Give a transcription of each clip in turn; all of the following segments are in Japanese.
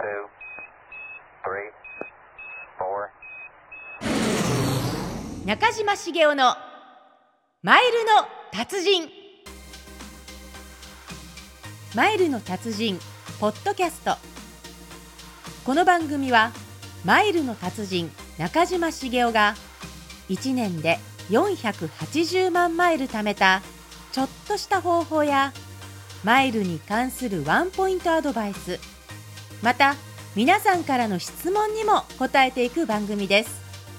中島茂雄のマイルの達人。マイルの達人ポッドキャスト。この番組はマイルの達人中島茂雄が1年で480万マイル貯めたちょっとした方法やマイルに関するワンポイントアドバイス、また皆さんからの質問にも答えていく番組です。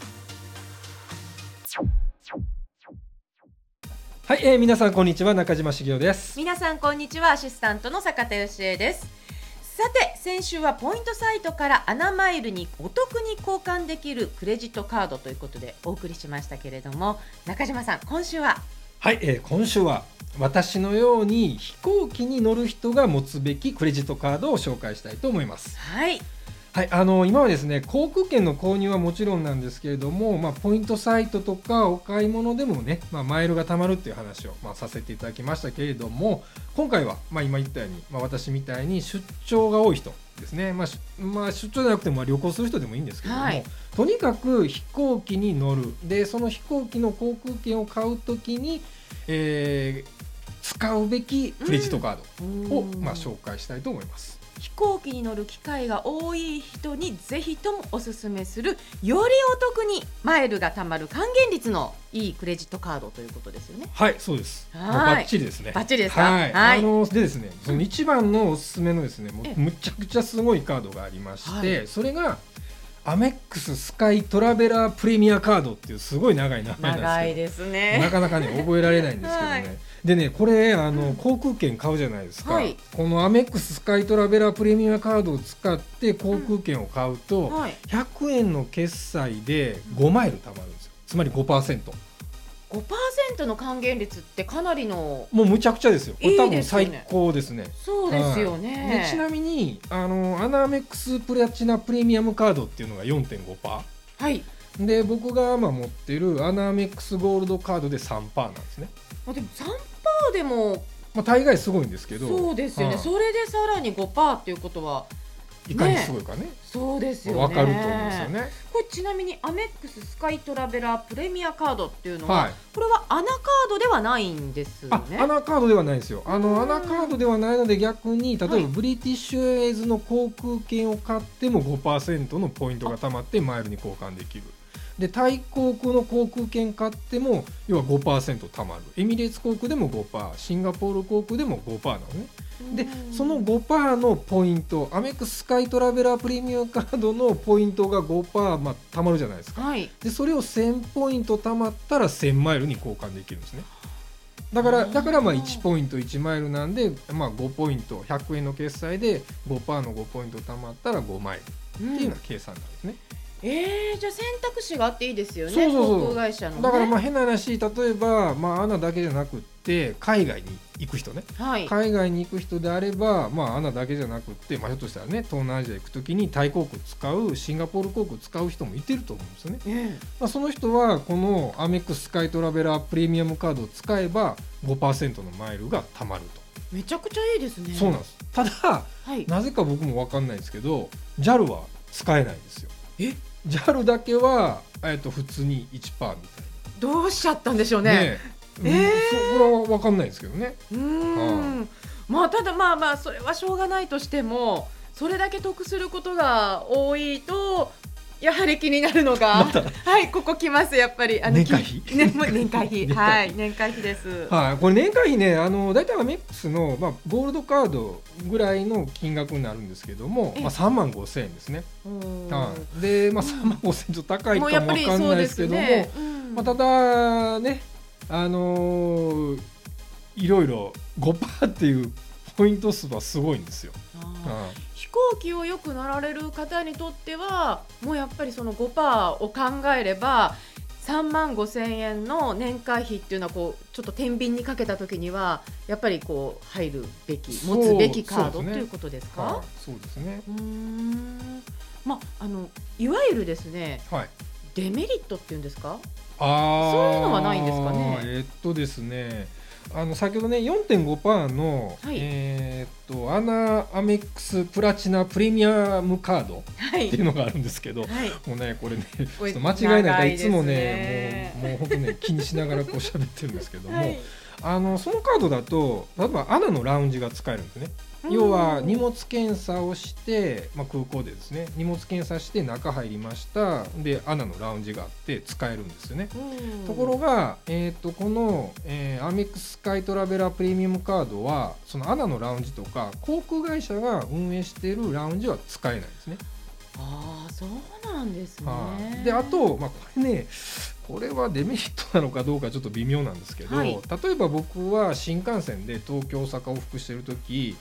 はい、皆さんこんにちは、中島茂雄です。 皆さんこんにちは、アシスタントの坂田芳恵です。さて、先週はポイントサイトからアナマイルにお得に交換できるクレジットカードということでお送りしましたけれども、中島さん、今週ははい、今週は私のように飛行機に乗る人が持つべきクレジットカードを紹介したいと思います。 はい、 はい、今はですね、航空券の購入はもちろんなんですけれども、ポイントサイトとかお買い物でもね、マイルが貯まるっていう話を、させていただきましたけれども、今回は、今言ったように、私みたいに出張が多い人ですね、出張じゃなくても旅行する人でもいいんですけれども、はい、とにかく飛行機に乗る。で、その飛行機の航空券を買うときに、使うべきクレジットカードを、紹介したいと思います。 飛行機に乗る機会が多い人にぜひともおすすめする、よりお得にマイルが貯まる還元率のいいクレジットカードということですよね。 はい、そうです。バッチリですね。 バッチリですか。 はい。でですね、その一番のおすすめのですね、むちゃくちゃすごいカードがありまして、それがアメックススカイトラベラープレミアカードっていうすごい長い名前なんですけど、 長いですね。 なかなかね覚えられないんですけどね。でね、これ航空券買うじゃないですか、このアメックススカイトラベラープレミアカードを使って航空券を買うと、100円の決済で5マイル貯まるんですよ。つまり 5%。5% の還元率ってかなりの、 もうむちゃくちゃですよ。これ多分最高ですね。 そうですよね。 でちなみにアナメックスプラチナプレミアムカードっていうのが 4.5%、で僕が持ってるアナメックスゴールドカードで 3% なんですね。 でも 3% でも、 大概すごいんですけど、 そうですよね。それでさらに 5% っていうことは、 いかにすごいかね。 そうですよね。 わかると思うんですよね。 これちなみにアメックススカイトラベラープレミアカードっていうのは、これはアナカードではないんですよね。 アナカードではないんですよ。アナカードではないので、逆に例えばブリティッシュエアウェイズの航空券を買っても 5% のポイントが貯まってマイルに交換できる。で、タイ航空の航空券買っても要は 5% 貯まる。エミレーツ航空でも 5%、 シンガポール航空でも 5% なのね。で、その 5% のポイント、アメックススカイトラベラープレミアカードのポイントが 5%、貯まるじゃないですか、でそれを1000ポイント貯まったら1000マイルに交換できるんですね。だから1ポイント1マイルなんで、5ポイント100円の決済で 5% の5ポイント貯まったら5マイルっていうような計算なんですね。 じゃあ選択肢があっていいですよね。航空会社のね。 だから変な話、例えばアナだけじゃなくって海外に行く人ね、海外に行く人であれば、アナだけじゃなくって、ひょっとしたらね、東南アジア行くときにタイ航空使う、シンガポール航空使う人もいてると思うんですよね。その人はこのアメックススカイトラベラープレミアムカードを使えば 5% のマイルが貯まると。 めちゃくちゃいいですね。 そうなんです。ただ、なぜか僕も分かんないですけど JAL は使えないんですよ。JAL だけは、普通に 1% みたいな。 どうしちゃったんでしょうね。 これは分かんないですけどね。 ただそれはしょうがないとしても、それだけ得することが多いとやはり気になるのが、ここ来ます。やっぱり年会費年会費年会費です。 これ年会費ね、大体アメックスの、ゴールドカードぐらいの金額になるんですけども、3万5,000円ですね。で、3万5,000円ちょっと高いかもわかんないですけども、ただね、いろいろ 5% っていうポイント数はすごいんですよ。 飛行機をよく乗られる方にとっては、もうやっぱりその 5% を考えれば3万5,000円の年会費っていうのはちょっと天秤にかけた時にはやっぱり入るべき、持つべきカードということですか。 そうですね。 いわゆるですね、デメリットっていうんですか、そういうのはないんですかね。 ですね、 先ほどね 4.5% の、 はいアナアメックスプラチナプレミアムカードはいっていうのがあるんですけど、 はいもうねこれねちこれょっと間違いないからいつも長いですねねもう本当ね気にしながらこう喋ってるんですけども、 はいそのカードだと例えばアナのラウンジが使えるんですね。要は荷物検査をして、空港でですね荷物検査して中入りましたでアナのラウンジがあって使えるんですよね。ところが、この、アメックススカイトラベラープレミアムカードはそのアナのラウンジとか航空会社が運営しているラウンジは使えないんですね。 ああそうなんですね。 であと、これねこれはデメリットなのかどうかちょっと微妙なんですけど、 はい例えば僕は新幹線で東京大阪往復してる時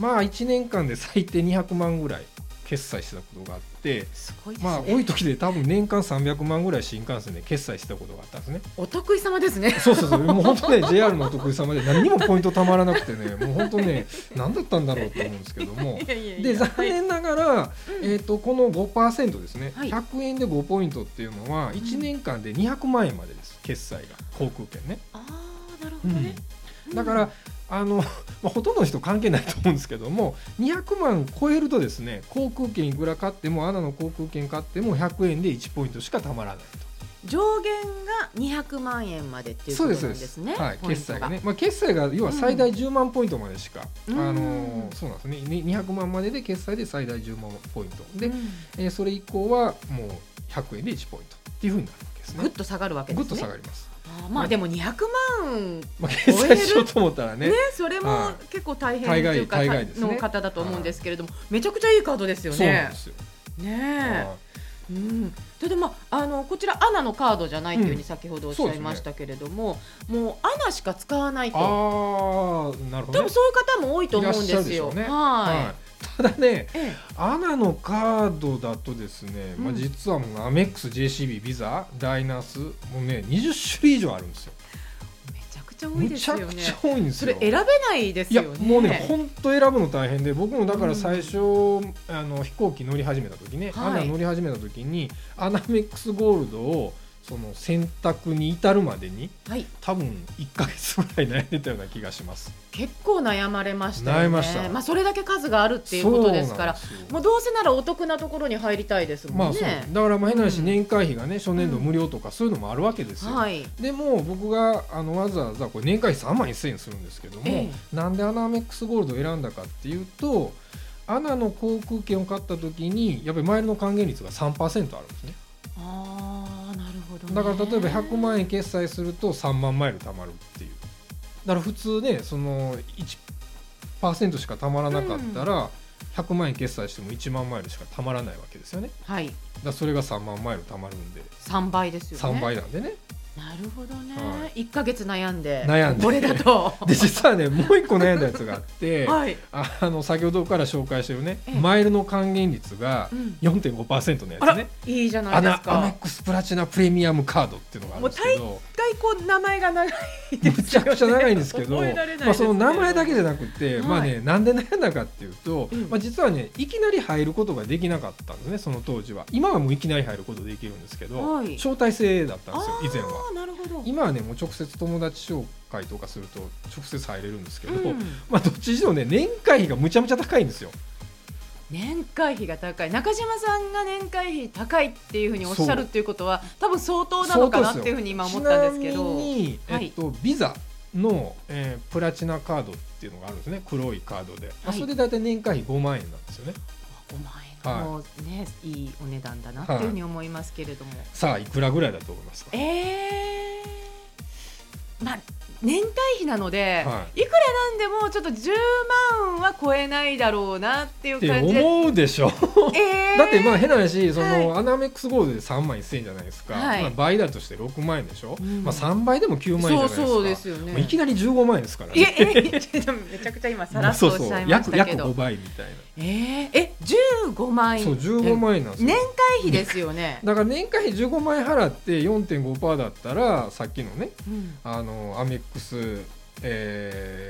1年間で最低200万ぐらい決済してたことがあって、 すごいですね。 多い時で多分年間300万ぐらい新幹線で決済してたことがあったんですね。 お得意様ですね。 そうもう本当ね JR のお得意様で何にもポイントたまらなくてねもう本当ね何だったんだろうと思うんですけどもいやいやいやで残念ながら、この 5% ですね、 はい 100円で5ポイントっていうのは1年間で200万円までです決済が航空券ね、 ああなるほどね。 だからほとんどの人関係ないと思うんですけども200万超えるとですね航空券いくら買ってもアナの航空券買っても100円で1ポイントしかたまらないと。 上限が200万円までっていうことなんですね。 はい、 ポイント決済がね、決済が要は最大10万ポイントまでしか、 うんそうなんですね200万までで決済で最大10万ポイントで、 うんそれ以降はもう100円で1ポイントっていうふうになるわけですね。 ぐっと下がるわけですね。 ぐっと下がります。 でも200万決済しようと思ったらねね、それも結構大変というか大概ですねの方だと思うんですけれども、めちゃくちゃいいカードですよね。 そうなんですよ。 ねそれでこちらアナのカードじゃないというふうに先ほどおっしゃいましたけれども、もうアナしか使わないと、 なるほど、ね、 多分そういう方も多いと思うんですよ。 ただね、 えアナのカードだとですね、実はもうアメックス、JCB、ビザ、ダイナスもうね20種類以上あるんですよ。 めちゃくちゃ多いですよね。 めちゃくちゃ多いんですよ。 それ選べないですよね。 いやもうね本当選ぶの大変で僕もだから最初、飛行機乗り始めた時ね、アナ乗り始めた時にアナメックスゴールドをその選択に至るまでに、多分1ヶ月ぐらい悩んでたような気がします。 結構悩まれましたよね。 悩みました。 それだけ数があるっていうことですからもうどうせならお得なところに入りたいですもんね。 だから変な話、年会費がね初年度無料とかそういうのもあるわけですよ。でも僕がわざわざこれ年会費3万1000円するんですけども、なんでアナメックスゴールドを選んだかっていうとアナの航空券を買った時にやっぱりマイルの還元率が 3% あるんですね。 なるほどね。 だから例えば100万円決済すると3万マイル貯まるっていう。だから普通ねその 1% しか貯まらなかったら、100万円決済しても1万マイルしか貯まらないわけですよね。だからそれが3万マイル貯まるんで 3倍ですよね。 3倍なんでね。 なるほどね、1ヶ月悩んでこれだとで実はねもう一個悩んだやつがあって、先ほどから紹介してるねマイルの還元率が 4.5% のやつね。 いいじゃないですか。 アメックスプラチナプレミアムカードっていうのがあるんですけど、 もう大概こう名前が長いですよね。 むちゃくちゃ長いんですけどその名前だけじゃなくて、なんで悩んだかっていうと、実はねいきなり入ることができなかったんですね。その当時は。今はもういきなり入ることできるんですけど、招待制だったんですよ以前は。 なるほど。 今はねもう直接友達紹介とかすると直接入れるんですけど、どっちにしろね年会費がむちゃむちゃ高いんですよ。 年会費が高い。中島さんが年会費高いっていうふうにおっしゃるっていうことは多分相当なのかなっていうふうに今思ったんですけど、 ちなみに、ビザの、プラチナカードっていうのがあるんですね。黒いカードで、それでだいたい年会費5万円なんですよね。 5万円もね、いいお値段だなっていうふうに思いますけれども、 さあいくらぐらいだと思いますか？ 年会費なので、いくらなんでもちょっと10万は超えないだろうなっていう感じで思うでしょ。だって変な話その、アナメックスゴールドで3万1000円じゃないですか、倍だとして6万円でしょ、3倍でも9万円じゃないですか。 そうですよね。 いきなり15万円ですからね。 めちゃくちゃ今さらっとおっしゃいましたけど、 約5倍みたいな。 15万円。 そう15万円なんですよ。 年会費ですよね。 だから年会費15万円払って 4.5% だったらさっきのね、アメックス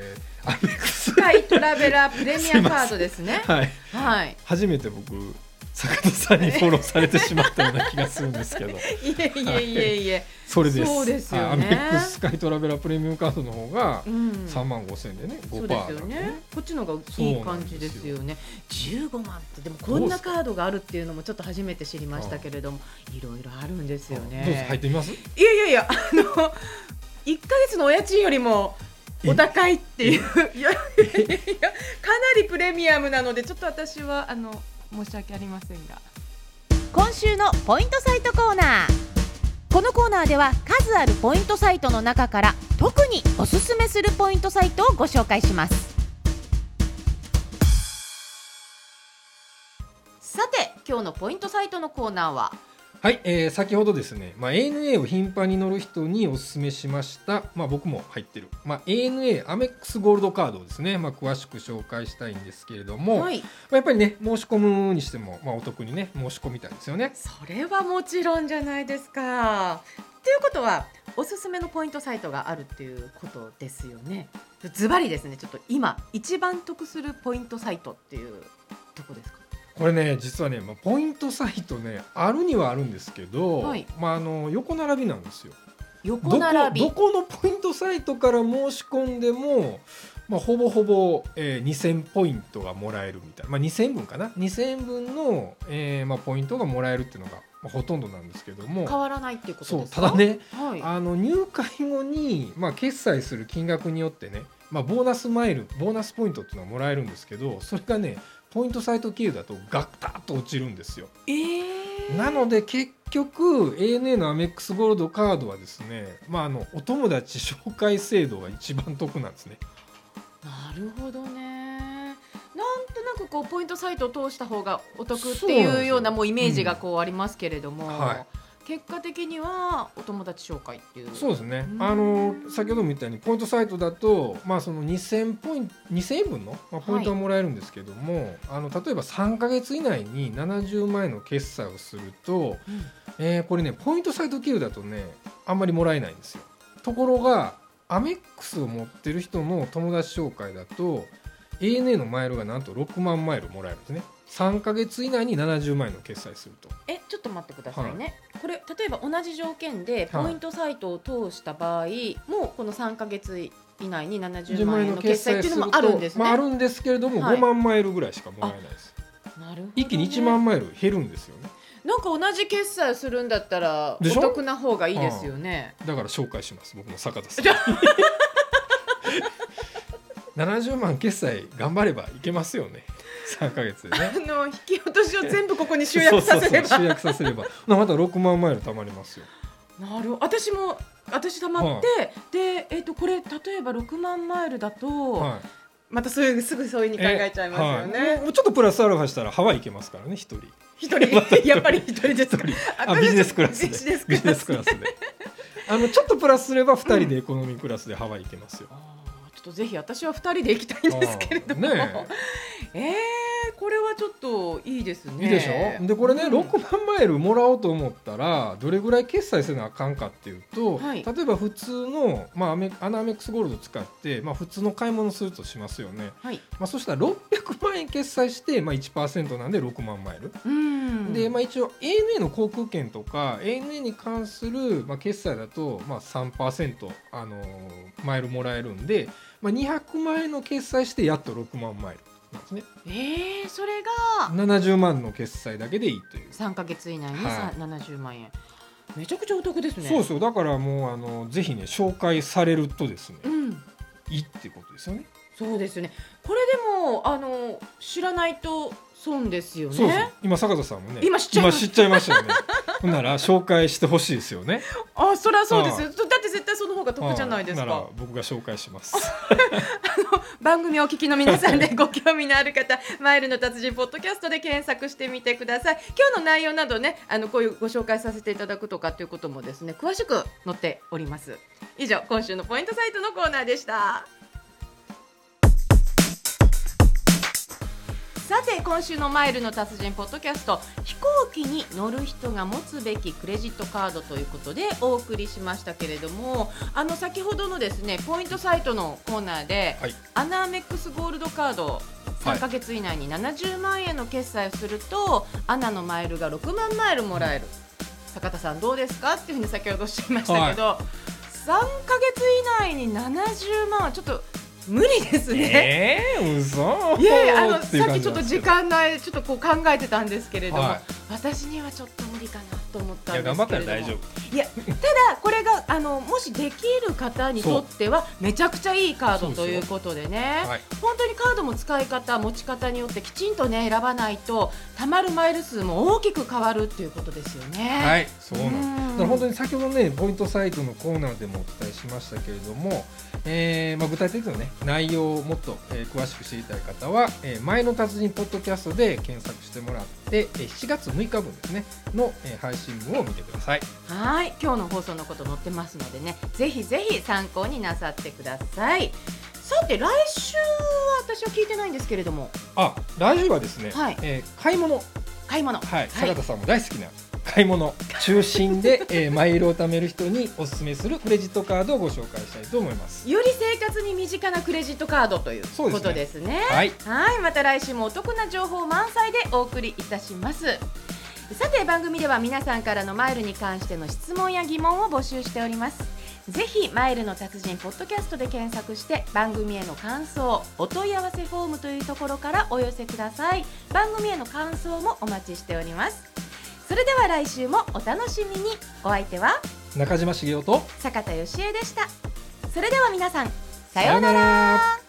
スカイトラベラープレミアカードですね。 初めて僕坂田さんにフォローされてしまったような気がするんですけどいえそれです。 そうですよね。 アメックススカイトラベラープレミアムカードの方が3万5千円でね、5% そうですよね。こっちの方がいい感じですよね。15万ってでもこんなカードがあるっていうのもちょっと初めて知りましたけれども、いろいろあるんですよね。 どうぞ入ってみます。 いや1ヶ月のお家賃よりもお高いっていうかなりプレミアムなのでちょっと私は申し訳ありませんが、今週のポイントサイトコーナー。このコーナーでは数あるポイントサイトの中から特におすすめするポイントサイトをご紹介します。さて今日のポイントサイトのコーナーははい、先ほどですね、ANA を頻繁に乗る人にお勧めしました、僕も入ってる、ANA アメックスゴールドカードをですね、詳しく紹介したいんですけれども、やっぱりね申し込むにしても、お得にね申し込みたいですよね。 それはもちろんじゃないですか。ということはおすすめのポイントサイトがあるっていうことですよね。ズバリですね、ちょっと今一番得するポイントサイトっていうとこですか。 これね実はね、ポイントサイトねあるにはあるんですけど、横並びなんですよ。 横並び、 どこのポイントサイトから申し込んでも、ほぼほぼ、2000ポイントがもらえるみたいな、2000分かな、2000円分の、ポイントがもらえるっていうのが、ほとんどなんですけども、 変わらないっていうことですか。 そうただね、入会後に、決済する金額によってね、ボーナスマイルボーナスポイントっていうのはもらえるんですけど、それがねポイントサイト経由だとガタッと落ちるんですよ。なので結局 ANA のアメックスゴールドカードはですね、お友達紹介制度が一番得なんですね。 なるほどね。なんとなくこうポイントサイトを通した方がお得っていうようなもうイメージがこうありますけれども、結果的にはお友達紹介っていう。 そうですね。先ほども言ったようにポイントサイトだと、その2000円分の、ポイントがもらえるんですけども、例えば3ヶ月以内に70万円の決済をすると、これねポイントサイト経由だとねあんまりもらえないんですよ。ところがアメックスを持ってる人の友達紹介だと ANA のマイルがなんと6万マイルもらえるんですね。3ヶ月以内に70万円の決済すると。 ちょっと待ってくださいね、これ例えば同じ条件でポイントサイトを通した場合、もうこの3ヶ月以内に70万円の決済っていうのもあるんですね。 あるんですけれども、5万マイルぐらいしかもらえないです。 なるほどね、 一気に1万マイル減るんですよね。 なんか同じ決済するんだったらお得な方がいいですよね。 だから紹介します、僕の坂田さん70万決済頑張ればいけますよね。3ヶ月でね引き落としを全部ここに集約させれば集約させればまた6万マイル貯まりますよ。 なるほど。私貯まって、で、これ例えば6万マイルだと、またすぐそういうに考えちゃいますよね。 もうちょっとプラスアルファしたらハワイ行けますからね。一人やっぱり一人ですか。 ビジネスクラスでちょっとプラスすれば2人でエコノミークラスでハワイ行けますよ。 ちょっとぜひ私は2人で行きたいんですけれども、これはちょっといいですね。 いいでしょ。でこれね、6万マイルもらおうと思ったらどれぐらい決済せなあかんかっていうと、例えば普通の、アメックスゴールド使って、普通の買い物するとしますよね。そしたら600万円決済して、1% なんで6万マイルで、一応 ANA の航空券とか ANA に関する、決済だと、3% マイルもらえるんで、200万円の決済してやっと6万マイルなんですね。 それが 70万の決済だけでいいという。 3ヶ月以内に70万円、めちゃくちゃお得ですね。 そうそう、だからもうぜひね紹介されるとですね、いいってことですよね。 そうですね。これでも知らないと損ですよね。 そうそう、今坂田さんもね今知っちゃいましたよねほんなら紹介してほしいですよね。 そりゃそうですよ。だって絶対その方が得じゃないですか。 なら僕が紹介します番組をお聞きの皆さんでご興味のある方マイルの達人ポッドキャストで検索してみてください。今日の内容などね、こういうご紹介させていただくとかということもですね詳しく載っております。以上、今週のポイントサイトのコーナーでした。 さて今週のマイルの達人ポッドキャスト、飛行機に乗る人が持つべきクレジットカードということでお送りしましたけれども、先ほどのですねポイントサイトのコーナーで、 はい、 アナメックスゴールドカード3ヶ月以内に70万円の決済をすると、アナのマイルが6万マイルもらえる。坂田さんどうですかっていうふうに先ほどおっしゃいましたけど、3ヶ月以内に70万はちょっと無理ですね。 嘘。 いやいや、さっきちょっと時間内ちょっとこう考えてたんですけれども、 はい、 私にはちょっと無理かなと思ったんですけれども。 いや頑張ったら大丈夫。 いや、ただこれがもしできる方にとってはめちゃくちゃいいカードということでね、 はい、 本当にカードも使い方持ち方によってきちんとね選ばないと貯まるマイル数も大きく変わるっていうことですよね。 はい、そうなんです。だから本当に先ほどねポイントサイトのコーナーでもお伝えしましたけれども、具体的なね内容をもっと、詳しく知りたい方は、前の達人ポッドキャストで検索してもらって、7月6日分ですねの、配信分を見てください。 はい、今日の放送のこと載ってますのでね、ぜひぜひ参考になさってください。さて来週は私は聞いてないんですけれども、 来週はですね、 はい、 買い物、はい、坂田さんも大好きな買い物中心で、マイルを貯める人におすすめするクレジットカードをご紹介したいと思います。 より生活に身近なクレジットカードということですね。はい、また来週もお得な情報満載でお送りいたします。さて番組では皆さんからのマイルに関しての質問や疑問を募集しております。ぜひマイルの達人ポッドキャストで検索して番組への感想、お問い合わせフォームというところからお寄せください。番組への感想もお待ちしております。それでは来週もお楽しみに。お相手は中島茂雄と坂田芳恵でした。それでは皆さんさようなら。